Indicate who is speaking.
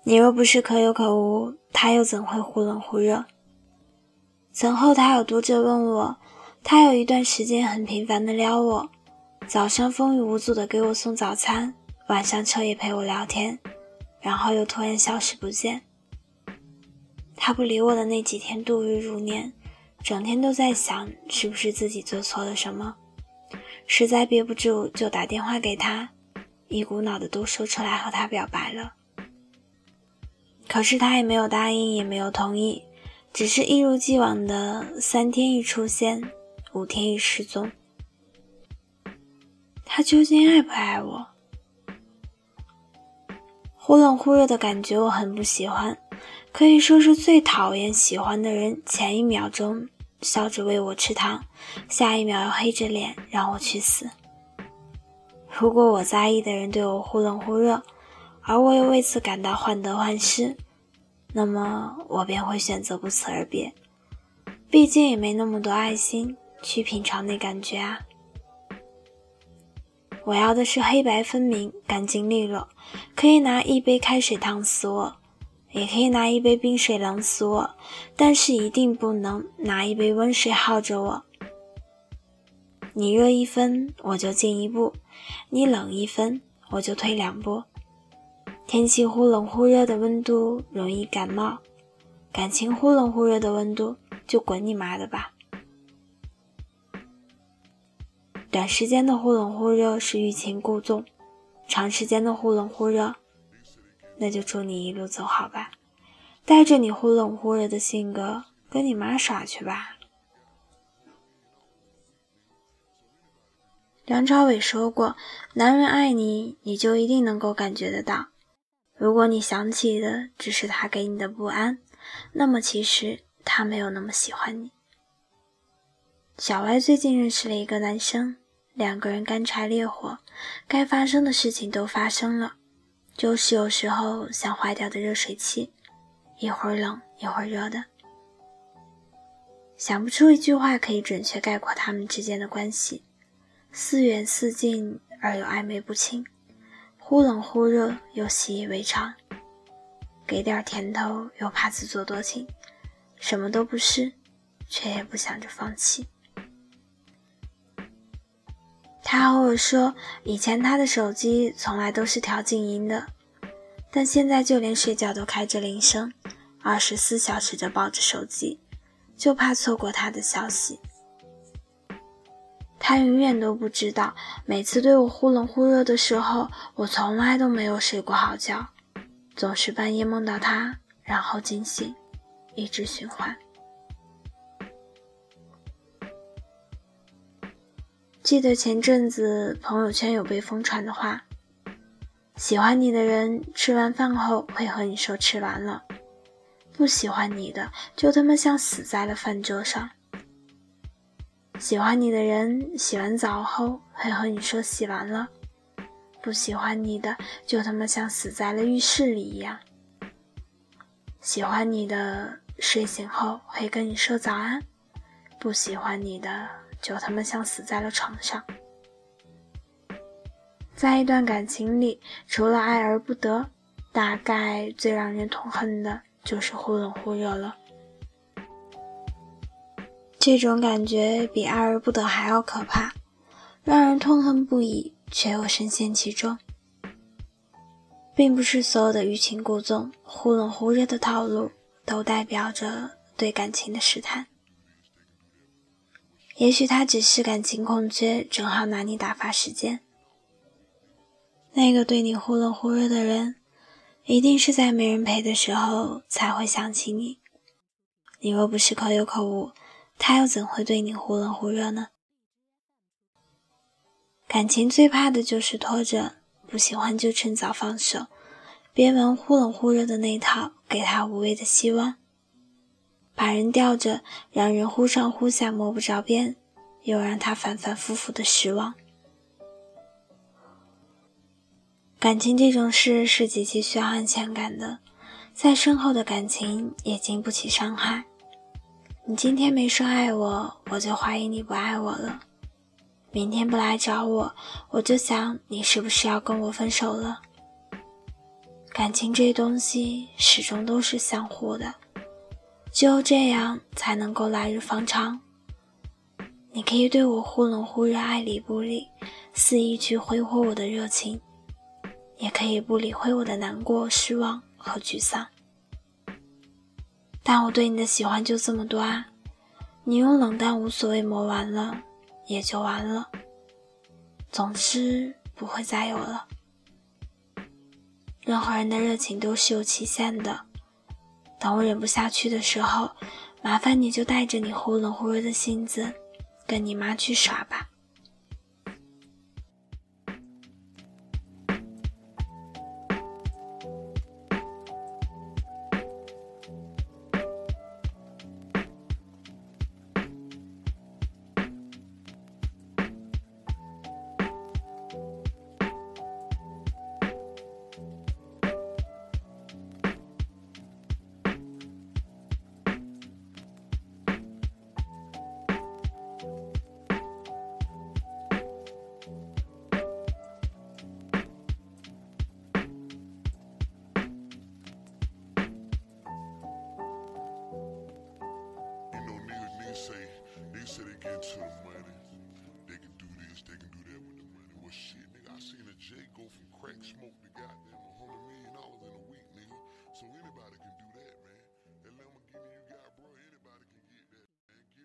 Speaker 1: 你若不是可有可无，他又怎会忽冷忽热？曾后他有读者问我，他有一段时间很频繁地撩我，早上风雨无阻地给我送早餐，晚上彻夜陪我聊天，然后又突然消失不见。他不理我的那几天度日如年，整天都在想是不是自己做错了什么，实在憋不住就打电话给他，一股脑的都说出来和他表白了。可是他也没有答应，也没有同意，只是一如既往的3天一出现，5天一失踪。他究竟爱不爱我？忽冷忽热的感觉我很不喜欢，可以说是最讨厌喜欢的人前一秒钟笑着喂我吃糖，下一秒要黑着脸让我去死。如果我在意的人对我忽冷忽热，而我又为此感到患得患失，那么我便会选择不辞而别，毕竟也没那么多爱心去品尝那感觉啊。我要的是黑白分明，干净利落，可以拿一杯开水烫死我，也可以拿一杯冰水冷死我，但是一定不能拿一杯温水耗着我。你热1分我就进1步，你冷1分我就退2步。天气忽冷忽热的温度容易感冒，感情忽冷忽热的温度就滚你妈的吧。短时间的忽冷忽热是欲擒故纵，长时间的忽冷忽热，那就祝你一路走好吧，带着你忽冷忽热的性格跟你妈耍去吧。梁朝伟说过，男人爱你，你就一定能够感觉得到。如果你想起的只是他给你的不安，那么其实他没有那么喜欢你。小歪最近认识了一个男生，2个人干柴烈火，该发生的事情都发生了，就是有时候像坏掉的热水器，一会儿冷一会儿热的。想不出一句话可以准确概括他们之间的关系，似远似近而又暧昧不清，忽冷忽热又习以为常，给点甜头又怕自作多情，什么都不是，却也不想着放弃。他和我说，以前他的手机从来都是调静音的，但现在就连睡觉都开着铃声，24小时的抱着手机，就怕错过他的消息。他永远都不知道，每次对我忽冷忽热的时候，我从来都没有睡过好觉，总是半夜梦到他，然后惊醒，一直循环。记得前阵子朋友圈有被疯传的话，喜欢你的人吃完饭后会和你说吃完了，不喜欢你的就他妈像死在了饭桌上。喜欢你的人洗完澡后会和你说洗完了，不喜欢你的就他妈像死在了浴室里一样。喜欢你的睡醒后会跟你说早安，不喜欢你的就他妈像死在了床上。在一段感情里，除了爱而不得，大概最让人痛恨的就是忽冷忽热了。这种感觉比爱而不得还要可怕，让人痛恨不已，却又深陷其中。并不是所有的欲擒故纵、忽冷忽热的套路都代表着对感情的试探。也许他只是感情空缺，正好拿你打发时间。那个对你忽冷忽热的人，一定是在没人陪的时候才会想起你。你若不是可有可无，他又怎会对你忽冷忽热呢？感情最怕的就是拖着，不喜欢就趁早放手，别玩忽冷忽热的那套，给他无谓的希望。把人吊着，让人忽上忽下摸不着边，又让他反反复复的失望。感情这种事是极其需要安全感的，再深厚的感情也经不起伤害。你今天没说爱我，我就怀疑你不爱我了。明天不来找我，我就想你是不是要跟我分手了。 感情这东西始终都是相互的，只有这样才能够来日方长。你可以对我忽冷忽热，爱理不理，肆意去挥霍我的热情，也可以不理会我的难过、失望和沮丧。但我对你的喜欢就这么多啊，你用冷淡无所谓磨完了，也就完了，总之不会再有了。任何人的热情都是有期限的，等我忍不下去的时候，麻烦你就带着你忽冷忽热的性子跟你妈去耍吧。